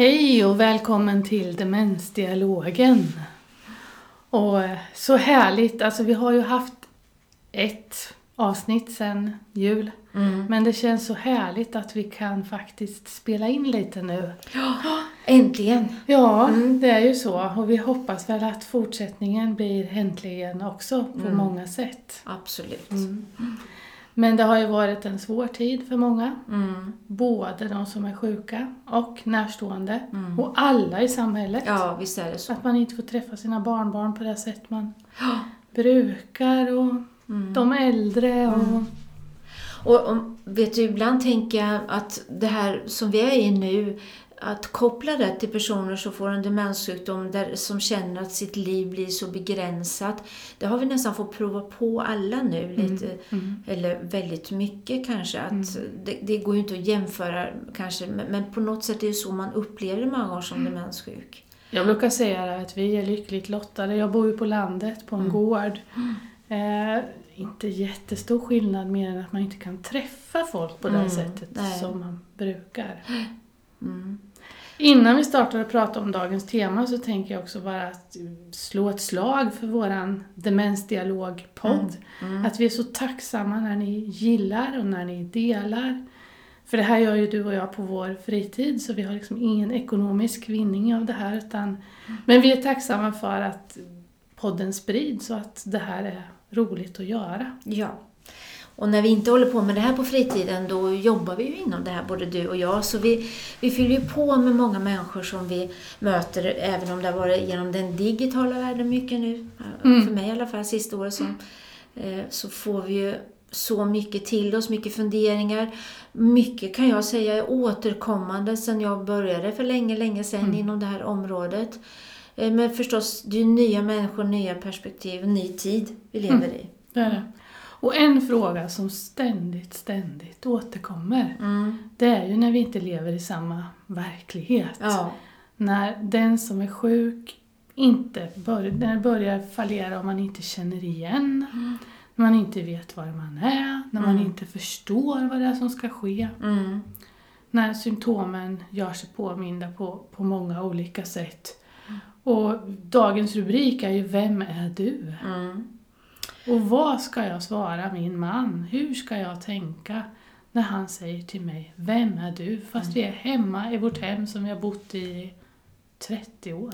Hej och välkommen till Demensdialogen. Och så härligt, alltså vi har ju haft ett avsnitt sedan jul. Men det känns så härligt att vi kan faktiskt spela in lite nu. Ja, äntligen. Ja, det är ju så. Och vi hoppas väl att fortsättningen blir äntligen också på många sätt. Absolut. Men det har ju varit en svår tid för många. Både de som är sjuka och närstående. Och alla i samhället. Ja, visst är det så. Att man inte får träffa sina barnbarn på det sätt man brukar. Och de äldre. Och vet du, ibland tänker jag att det här som vi är i nu, att koppla det till personer som får en demenssjukdom som känner att sitt liv blir så begränsat. Det har vi nästan fått prova på alla nu lite, eller väldigt mycket kanske. Att det går ju inte att jämföra kanske, men på något sätt är det så man upplever det många gånger som demenssjuk. Jag brukar säga att vi är lyckligt lottade. Jag bor ju på landet på en gård. Inte jättestor skillnad mer än att man inte kan träffa folk på det sättet som man brukar. Innan vi startar att prata om dagens tema så tänker jag också bara att slå ett slag för våran demensdialogpodd. Att vi är så tacksamma när ni gillar och när ni delar. För det här gör ju du och jag på vår fritid, så vi har liksom ingen ekonomisk vinning av det här. Men vi är tacksamma för att podden sprids så att det här är roligt att göra. Ja. Och när vi inte håller på med det här på fritiden, då jobbar vi ju inom det här, både du och jag. Så vi fyller ju på med många människor som vi möter, även om det har varit genom den digitala världen mycket nu. För mig i alla fall, sista året så får vi ju så mycket till oss, mycket funderingar. Mycket kan jag säga är återkommande sedan jag började för länge sedan inom det här området. Men förstås, det är nya människor, nya perspektiv, ny tid vi lever i. Det är det. Och en fråga som ständigt återkommer, det är ju när vi inte lever i samma verklighet. Ja. När den som är sjuk inte börjar fallera och man inte känner igen, när man inte vet var man är, när man inte förstår vad det är som ska ske. När symptomen gör sig påminda på många olika sätt. Och dagens rubrik är ju Vem är du? Och vad ska jag svara min man? Hur ska jag tänka när han säger till mig, vem är du? Fast vi är hemma i vårt hem som vi har bott i 30 år.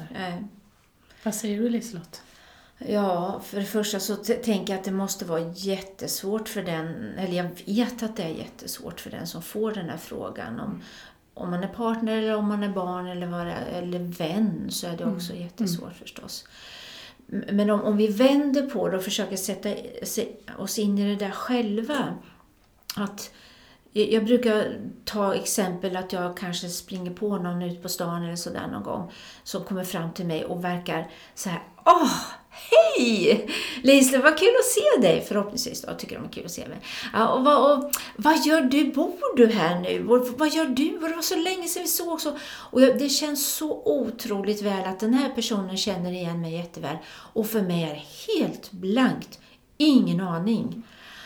Vad säger du, Liselott? Ja, för det första så tänker jag att det måste vara jättesvårt för den, eller jag vet att det är jättesvårt för den som får den här frågan om man är partner eller om man är barn eller vän, så är det också jättesvårt förstås. Men om vi vänder på det och försöker sätta oss in i det där själva. Att jag brukar ta exempel att jag kanske springer på någon ut på stan eller sådär någon gång som kommer fram till mig och verkar så här: hej! Lisle, vad kul att se dig. Förhoppningsvis då, tycker de är kul att se mig. Ja, och vad gör du? Bor du här nu? Vad gör du? Det var så länge sedan vi såg också. Och det känns så otroligt väl att den här personen känner igen mig jätteväl. Och för mig är det helt blankt. Ingen aning.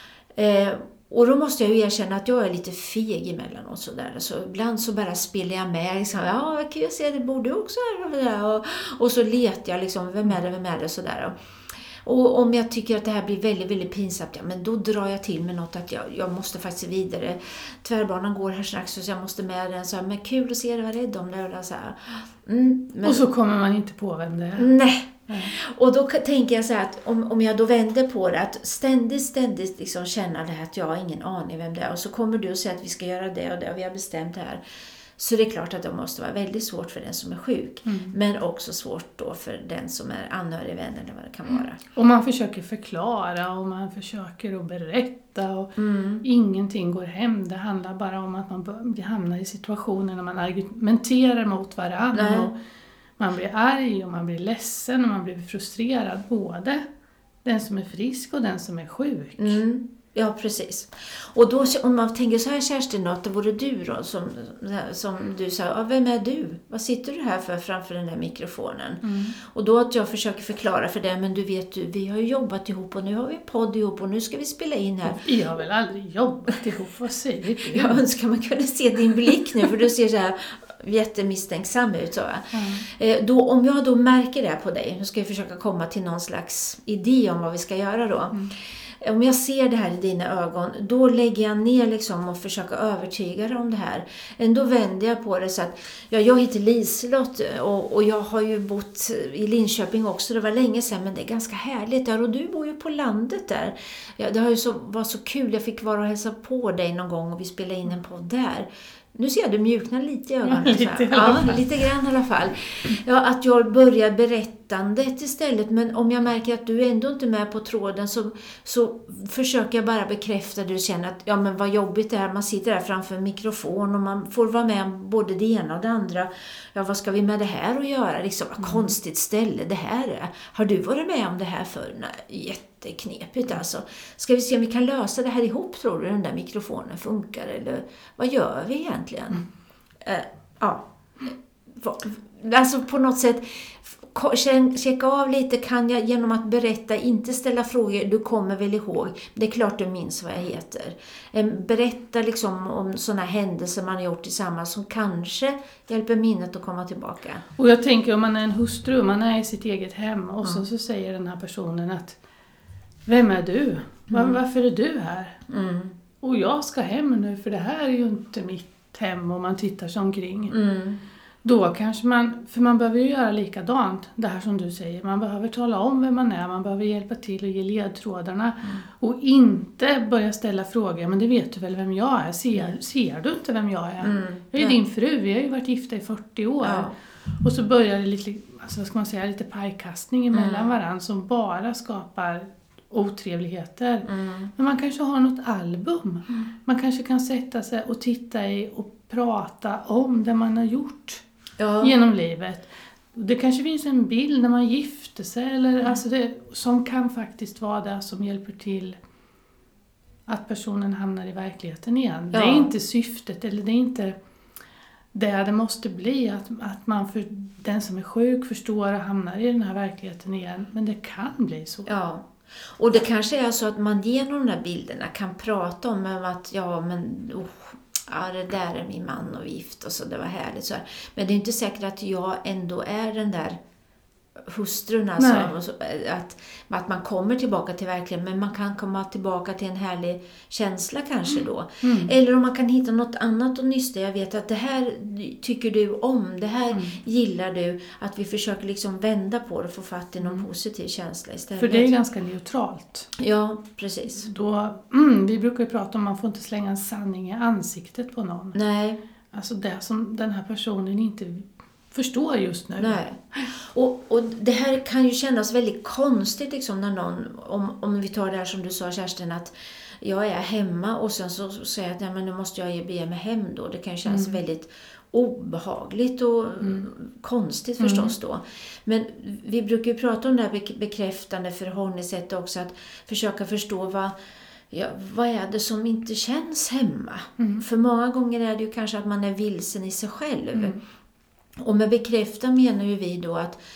Och då måste jag ju erkänna att jag är lite feg emellanåt sådär. Så ibland så bara spelar jag med. Liksom, vad kul att se dig, bor du också här? Och så letar jag liksom, vem är det sådär. Och om jag tycker att det här blir väldigt, väldigt pinsamt, men då drar jag till med något att jag måste faktiskt vidare. Tvärbanan går här strax så jag måste med den. Så här, men kul att se dig, var rädd om det. Så här. Men, och så kommer man inte på vem det är. Nej. Och då tänker jag så här att om jag då vänder på det, att ständigt liksom känna det här att jag har ingen aning vem det är, och så kommer du och säger att vi ska göra det och det och vi har bestämt det här, så det är klart att det måste vara väldigt svårt för den som är sjuk, men också svårt då för den som är anhörig, vän eller vad det kan vara. Och man försöker förklara och man försöker att berätta och ingenting går hem. Det handlar bara om att man hamnar i situationer när man argumenterar mot varandra och man blir arg och man blir ledsen och man blir frustrerad. Både den som är frisk och den som är sjuk. Ja, precis. Och då, om man tänker så här, Kerstin, att det vore du då som du sa, vem är du? Vad sitter du här för framför den här mikrofonen? Och då att jag försöker förklara för dig, men du vet, vi har ju jobbat ihop och nu har vi en podd ihop och nu ska vi spela in här. Vi har väl aldrig jobbat ihop, vad säger du? Jag önskar man kunde se din blick nu, för du ser så här, jättemisstänksam ut. Så. Då, om jag då märker det på dig, nu ska jag försöka komma till någon slags idé om vad vi ska göra då. Om jag ser det här i dina ögon, då lägger jag ner liksom och försöker övertyga dig om det här. Ändå vänder jag på det så att, jag heter Liselott och jag har ju bott i Linköping också, det var länge sedan, men det är ganska härligt där och du bor ju på landet där. Ja, det har ju var så kul, jag fick vara och hälsa på dig någon gång och vi spelade in en podd där. Nu ser jag du mjuknar lite i ögonen. Lite grann i alla fall. Ja, att jag börjar berättandet istället. Men om jag märker att du ändå inte är med på tråden så försöker jag bara bekräfta det och känner att ja, men vad jobbigt det är. Man sitter där framför en mikrofon och man får vara med om både det ena och det andra. Ja, vad ska vi med det här att göra? Liksom, vad konstigt ställe det här är. Har du varit med om det här förr? Nej, jätteknepigt alltså. Ska vi se om vi kan lösa det här ihop, tror du den där mikrofonen funkar? Eller vad gör vi egentligen? Alltså på något sätt checka av lite, kan jag genom att berätta, inte ställa frågor, du kommer väl ihåg, det är klart du minns vad jag heter. Berätta liksom om sådana händelser man har gjort tillsammans som kanske hjälper minnet att komma tillbaka. Och jag tänker om man är en hustru, man är i sitt eget hem och så säger den här personen att vem är du? Varför är du här? Och jag ska hem nu för det här är ju inte mitt hem om man tittar sig omkring. Då kanske man behöver ju göra likadant, det här som du säger. Man behöver tala om vem man är, man behöver hjälpa till och ge ledtrådarna. Och inte börja ställa frågor, men det vet du väl vem jag är? Ser du inte vem jag är? Jag är din fru, vi har ju varit gifta i 40 år. Ja. Och så börjar det lite, alltså vad ska man säga, lite pajkastning emellan varandra som bara skapar otrevligheter. Men man kanske har något album. Man kanske kan sätta sig och titta i och prata om det man har gjort genom livet. Det kanske finns en bild när man gifter sig eller alltså det, som kan faktiskt vara det som hjälper till att personen hamnar i verkligheten igen. Det är inte syftet eller det är inte det måste bli att man för den som är sjuk förstår och hamnar i den här verkligheten igen. Men det kan bli så. Ja. Och det kanske är så att man genom de här bilderna kan prata om att det där är min man och gift och så, det var härligt så här. Men det är inte säkert att jag ändå är den där hustrun alltså, att man kommer tillbaka till verkligheten, men man kan komma tillbaka till en härlig känsla kanske då. Eller om man kan hitta något annat och nysta. Jag vet att det här tycker du om, det här gillar du, att vi försöker liksom vända på det och få fatt i någon positiv känsla istället. För det är ganska neutralt. Ja, precis. Då, vi brukar ju prata om man får inte slänga en sanning i ansiktet på någon. Nej. Alltså det som den här personen inte förstår just nu. Nej. Och det här kan ju kännas väldigt konstigt liksom när någon, om vi tar det här som du sa Kerstin, att jag är hemma och sen så säger jag att men nu måste jag bege mig hem då. Det kan ju kännas väldigt obehagligt och konstigt förstås då. Men vi brukar ju prata om det här bekräftande förhållningssätt också, att försöka förstå vad är det som inte känns hemma. För många gånger är det ju kanske att man är vilsen i sig själv. Och med bekräfta menar ju vi då att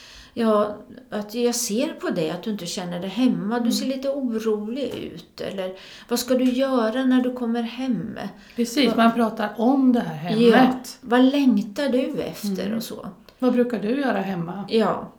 jag ser på dig att du inte känner dig hemma. Du ser lite orolig ut. Eller vad ska du göra när du kommer hem? Precis, man pratar om det här hemmet. Ja, vad längtar du efter och så? Vad brukar du göra hemma? Ja.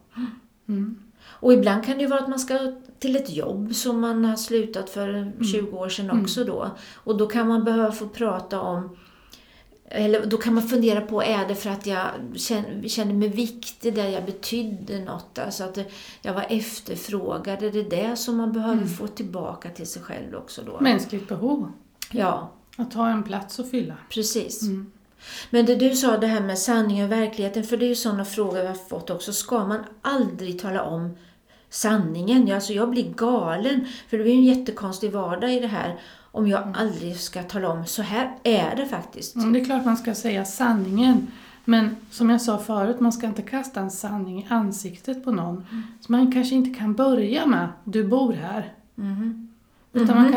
Och ibland kan det ju vara att man ska till ett jobb som man har slutat för 20 år sedan också då. Och då kan man behöva få prata om, eller då kan man fundera på, är det för att jag kände mig viktig där, jag betydde något, alltså att jag var efterfrågad, är det som man behöver få tillbaka till sig själv också då? Mänskligt behov. Ja. Att ha en plats att fylla. Precis. Men det du sa, det här med sanning och verkligheten, för det är ju sådana frågor vi har fått också. Ska man aldrig tala om sanningen? Alltså jag blir galen, för det blir en jättekonstig vardag i det här om jag aldrig ska tala om, så här är det faktiskt. Det är klart man ska säga sanningen, men som jag sa förut, man ska inte kasta en sanning i ansiktet på någon. Så man kanske inte kan börja med, du bor här. Utan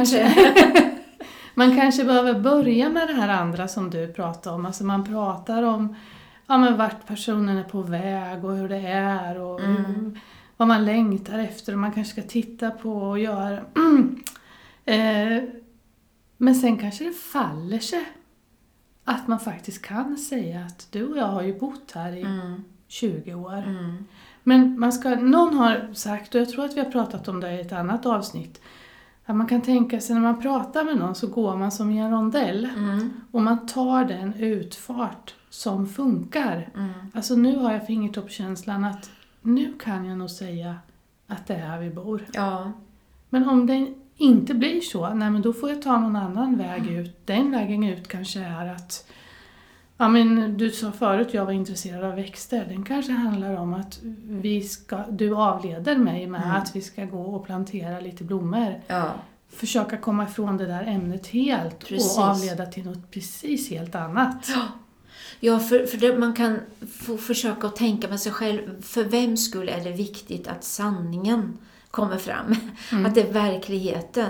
man kanske behöver börja med det här andra som du pratar om. Alltså man pratar om vart personen är på väg och hur det är och vad man längtar efter. Och man kanske ska titta på och göra. Men sen kanske det faller sig att man faktiskt kan säga att du och jag har ju bott här i 20 år. Men någon har sagt, och jag tror att vi har pratat om det i ett annat avsnitt, att man kan tänka sig när man pratar med någon så går man som i en rondell. Och man tar den utfart som funkar. Alltså nu har jag fingertoppskänslan att nu kan jag nog säga att det är här vi bor. Ja. Men om det inte blir så, nej men då får jag ta någon annan väg ut. Den vägen ut kanske är att, ja men du sa förut jag var intresserad av växter. Den kanske handlar om att du avleder mig med att vi ska gå och plantera lite blommor. Ja. Försöka komma ifrån det där ämnet helt. Precis. Och avleda till något precis helt annat. Ja, för det, man kan få försöka att tänka med sig själv, för vem skulle är det viktigt att sanningen kommer fram? Att det är verkligheten.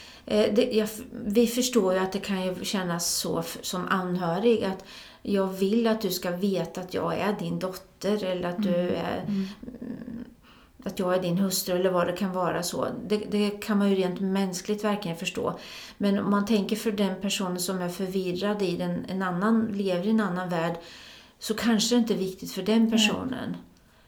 Vi förstår ju att det kan ju kännas så som anhörig att jag vill att du ska veta att jag är din dotter eller att du är att jag är din hustru eller vad det kan vara så. Det kan man ju rent mänskligt verkligen förstå. Men om man tänker för den personen som är förvirrad i lever i en annan värld, så kanske det inte är viktigt för den personen.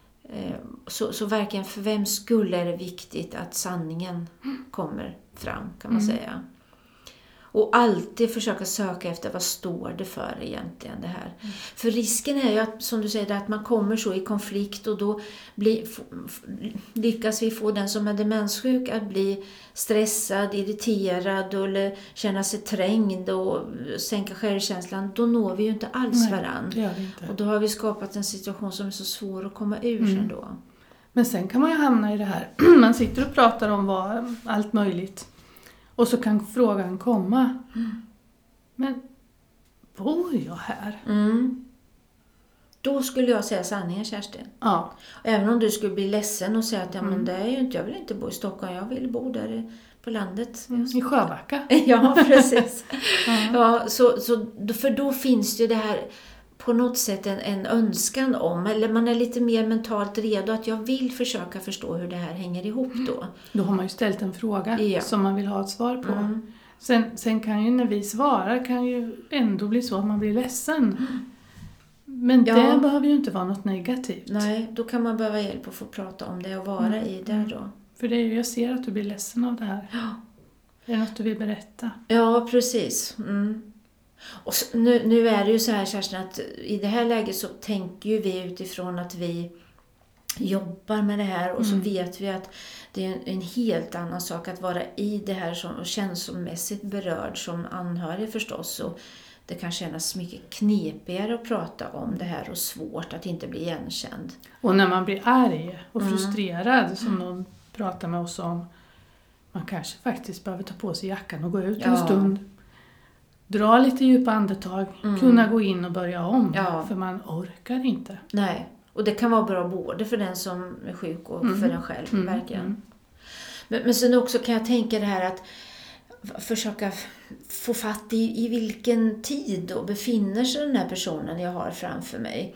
Så verkligen för vem skulle är det viktigt att sanningen kommer fram, kan man säga. Och alltid försöka söka efter vad står det för egentligen det här. För risken är ju att, som du säger, att man kommer så i konflikt och då lyckas vi få den som är demenssjuk att bli stressad, irriterad eller känna sig trängd och sänka självkänslan. Då når vi ju inte alls varandra. Det gör vi inte. Och då har vi skapat en situation som är så svår att komma ur sen då. Men sen kan man ju hamna i det här. Man sitter och pratar om allt möjligt. Och så kan frågan komma. Men bor jag här? Då skulle jag säga sanningen, Kerstin. Ja. Även om du skulle bli ledsen och säga att men det är ju inte, jag vill inte bo i Stockholm, jag vill bo där på landet. I Sjöbacka. Ja, precis. Ja, så, för då finns det ju det här på något sätt en önskan om, eller man är lite mer mentalt redo att jag vill försöka förstå hur det här hänger ihop då. Då har man ju ställt en fråga som man vill ha ett svar på. Sen kan ju när vi svarar kan ju ändå bli så att man blir ledsen. Men det behöver ju inte vara något negativt. Nej, då kan man behöva hjälp att få prata om det och vara i det då. För det är ju, jag ser att du blir ledsen av det här. Ja. Är det något du vill berätta? Ja, precis. Och så, nu är det ju så här, Kerstin, att i det här läget så tänker ju vi utifrån att vi jobbar med det här och så vet vi att det är en helt annan sak att vara i det här som känslomässigt berörd som anhörig förstås, och det kan kännas mycket knepigare att prata om det här och svårt att inte bli igenkänd. Och när man blir arg och frustrerad som någon pratar med oss om, man kanske faktiskt behöver ta på sig jackan och gå ut en stund. Dra lite djupa andetag, kunna gå in och börja om, för man orkar inte. Nej, och det kan vara bra både för den som är sjuk och för den själv, verkligen. Men sen också kan jag tänka det här att försöka få fatt i vilken tid då befinner sig den här personen jag har framför mig.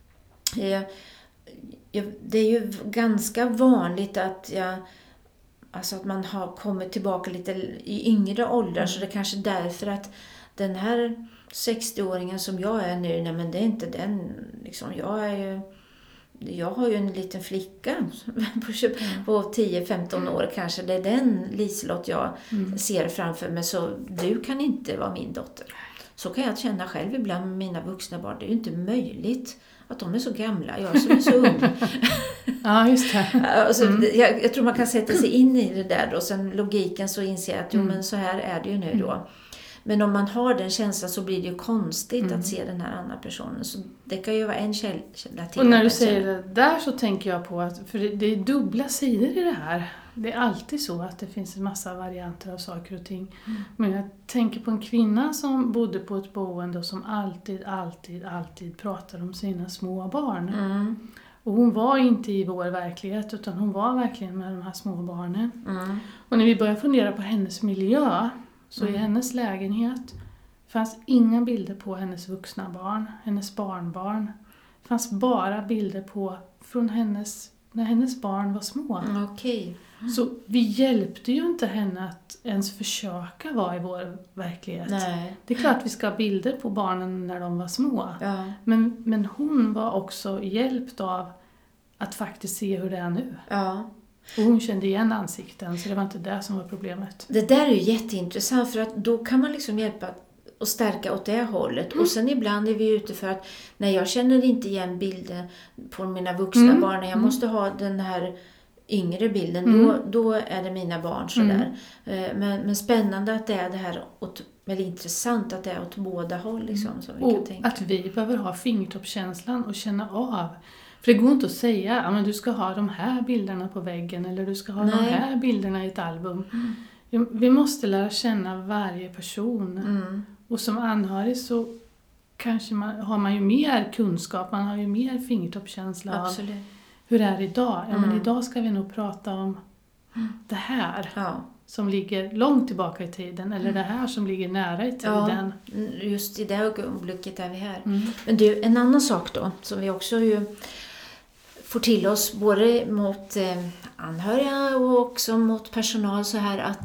Det är ju ganska vanligt att att man har kommit tillbaka lite i yngre åldrar, så det är kanske därför att den här 60-åringen som jag är nu, nej men det är inte den, liksom, jag har ju en liten flicka på 10-15 år kanske, det är den Liselott jag ser framför mig, så du kan inte vara min dotter. Så kan jag känna själv ibland med mina vuxna barn, det är ju inte möjligt att de är så gamla, jag som är så ung. Ja, just det. Alltså, jag tror man kan sätta sig in i det där då, sen logiken så inser jag att men så här är det ju nu då. Men om man har den känslan så blir det ju konstigt att se den här andra personen. Så det kan ju vara en källa till. Och när du säger det där så tänker jag på att, för det är dubbla sidor i det här. Det är alltid så att det finns en massa varianter av saker och ting. Men jag tänker på en kvinna som bodde på ett boende och som alltid pratade om sina små barn. Och hon var inte i vår verklighet, utan hon var verkligen med de här små barnen. Och när vi började fundera på hennes miljö, så i hennes lägenhet fanns inga bilder på hennes vuxna barn, hennes barnbarn. Det fanns bara bilder från hennes när hennes barn var små. Okej. Så vi hjälpte ju inte henne att ens försöka vara i vår verklighet. Nej. Det är klart att vi ska ha bilder på barnen när de var små. Ja. Men hon var också hjälpt av att faktiskt se hur det är nu. Ja. Och hon kände igen ansikten, så det var inte det som var problemet. Det där är ju jätteintressant, för att då kan man liksom hjälpa och stärka åt det hållet. Och sen ibland är vi ute för att när jag känner inte igen bilden på mina vuxna barn, jag måste ha den här yngre bilden, då är det mina barn sådär. Men spännande att det är det här, väldigt intressant att det är åt båda håll liksom, som vi kan tänka. Att vi behöver ha fingertoppskänslan och känna av. För det går inte att säga att du ska ha de här bilderna på väggen eller du ska ha de här bilderna i ett album. Vi måste lära känna varje person. Och som anhörig så kanske har man ju mer kunskap, man har ju mer fingertoppskänsla av hur det är idag. Ja, men idag ska vi nog prata om det här som ligger långt tillbaka i tiden eller det här som ligger nära i tiden. Ja, just i det ögonblicket är vi här. Men du, en annan sak då som vi också ju får till oss både mot anhöriga och också mot personal så här att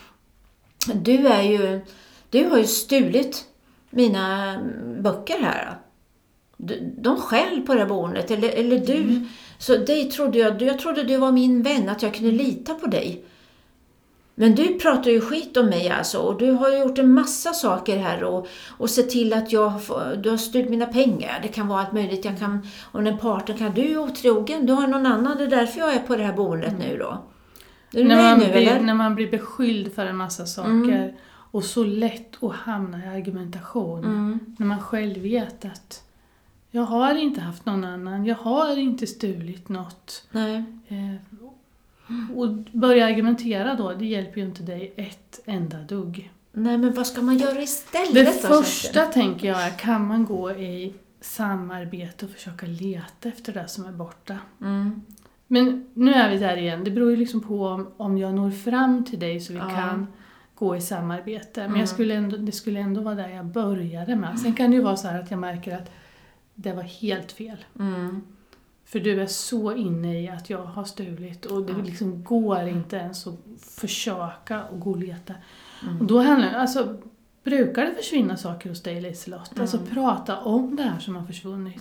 du har ju stulit mina böcker här. De skäl på det här boendet eller du. Så det trodde jag trodde du var min vän, att jag kunde lita på dig. Men du pratar ju skit om mig alltså, och du har gjort en massa saker här och sett till att du har stulit mina pengar. Det kan vara allt möjligt. Om en partner kan, du är otrogen, du har någon annan, det är därför jag är på det här boendet nu då. Är du med nu eller? När man blir beskylld för en massa saker och så lätt att hamna i argumentation. När man själv vet att jag har inte haft någon annan, jag har inte stulit något. Nej. Och börja argumentera då, det hjälper ju inte dig ett enda dugg. Nej, men vad ska man göra istället? Det första tänker jag är, kan man gå i samarbete och försöka leta efter det som är borta. Men nu är vi där igen, det beror ju liksom på om jag når fram till dig så vi kan gå i samarbete. Men det skulle ändå vara där jag började med. Sen kan det ju vara så här att jag märker att det var helt fel. För du är så inne i att jag har stulit och det liksom går inte ens att försöka och gå och leta. Och då brukar det försvinna saker hos dig, Liselott? Alltså prata om det här som har försvunnit.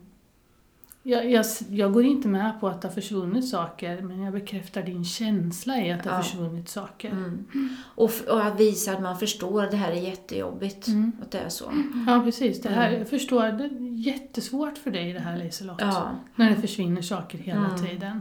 Jag går inte med på att det har försvunnit saker, men jag bekräftar din känsla i att det har försvunnit saker. Och att visa att man förstår att det här är jättejobbigt, att det är så. Ja, precis. Det här, jag förstår, det är jättesvårt för dig det här, Liselott. När det försvinner saker hela tiden.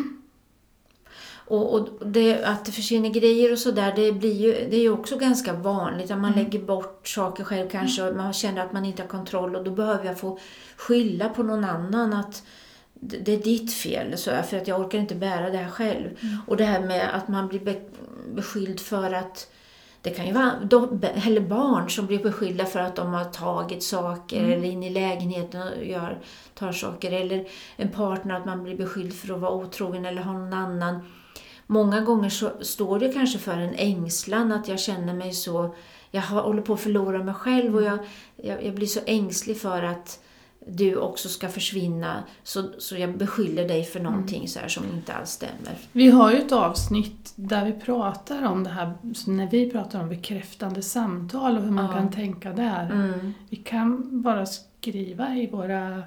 Och att det försvinner grejer och sådär, det är ju också ganska vanligt. Att man lägger bort saker själv kanske och man känner att man inte har kontroll. Och då behöver jag få skylla på någon annan att det är ditt fel. För att jag orkar inte bära det här själv. Och det här med att man blir beskylld för att det kan ju vara eller barn som blir beskyllda för att de har tagit saker eller in i lägenheten och tar saker. Eller en partner, att man blir beskylld för att vara otrogen eller ha någon annan. Många gånger så står det kanske för en ängslan att jag känner mig så, jag håller på att förlora mig själv och jag blir så ängslig för att du också ska försvinna, så jag beskyller dig för någonting så här som inte alls stämmer. Vi har ju ett avsnitt där vi pratar om det här, när vi pratar om bekräftande samtal och hur man kan tänka där. Vi kan bara skriva i våra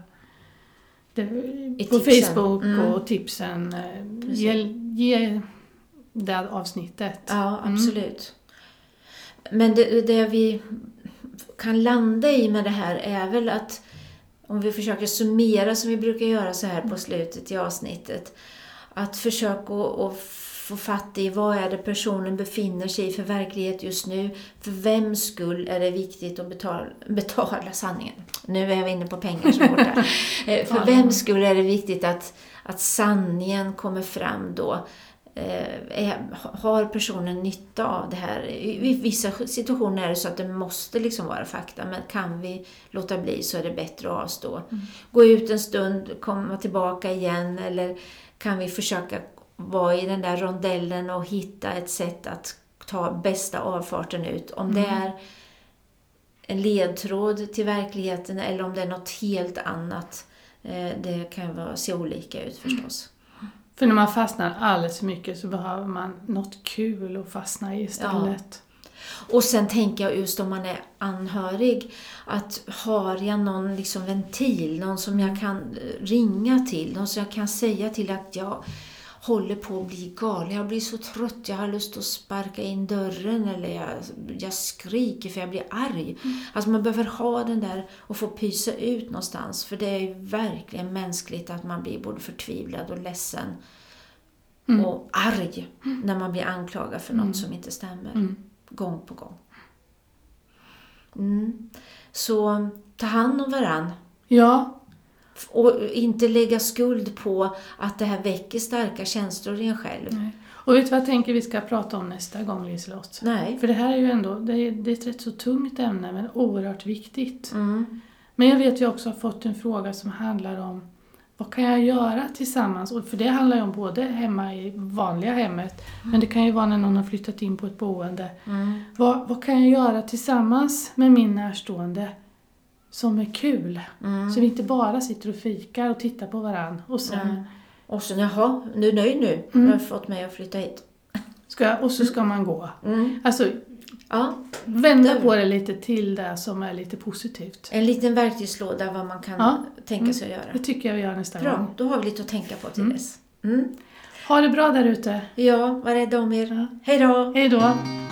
på Facebook och tipsen ge det avsnittet. Ja, absolut. Men det vi kan landa i med det här är väl att om vi försöker summera som vi brukar göra så här på slutet i avsnittet, att försöka att få fatt i vad är det personen befinner sig i för verklighet just nu, för vems skull är det viktigt att betala sanningen. Nu är vi inne på pengar som borta. För vems skull är det viktigt att sanningen kommer fram då. Har personen nytta av det här? I vissa situationer är det så att det måste liksom vara fakta, men kan vi låta bli så är det bättre att avstå. Gå ut en stund, komma tillbaka igen, eller kan vi försöka vara i den där rondellen och hitta ett sätt att ta bästa avfarten ut, om det är en ledtråd till verkligheten eller om det är något helt annat. Det kan se olika ut förstås. För när man fastnar alldeles för mycket så behöver man något kul att fastna i istället. Och sen tänker jag just om man är anhörig, att har jag någon liksom ventil, någon som jag kan ringa till, någon som jag kan säga till att jag håller på att bli galen, jag blir så trött, jag har lust att sparka in dörren eller jag skriker för jag blir arg. Alltså man behöver ha den där och få pysa ut någonstans, för det är ju verkligen mänskligt att man blir både förtvivlad och ledsen och arg när man blir anklagad för något som inte stämmer. Gång på gång. Så ta hand om varann. Ja. Och inte lägga skuld på att det här väcker starka känslor i en själv. Nej. Och vet du vad jag tänker vi ska prata om nästa gång, Liselott? Nej. För det här är ju ändå, det är ett rätt så tungt ämne men oerhört viktigt. Men jag vet ju också har fått en fråga som handlar om vad kan jag göra tillsammans? Och för det handlar ju om både hemma i vanliga hemmet. Men det kan ju vara när någon har flyttat in på ett boende. Vad kan jag göra tillsammans med min närstående som är kul? Så vi inte bara sitter och fikar och tittar på varann. Och sen, jaha, nu är nöjd nu. Jag har fått mig att flytta hit. Och så ska man gå. Alltså, vända på det lite till det som är lite positivt. En liten verktygslåda vad man kan tänka sig att göra. Det tycker jag vi gör nästa gång. Bra, då har vi lite att tänka på till dess. Ha det bra där ute. Ja, var rädda om er. Hej då! Hej då!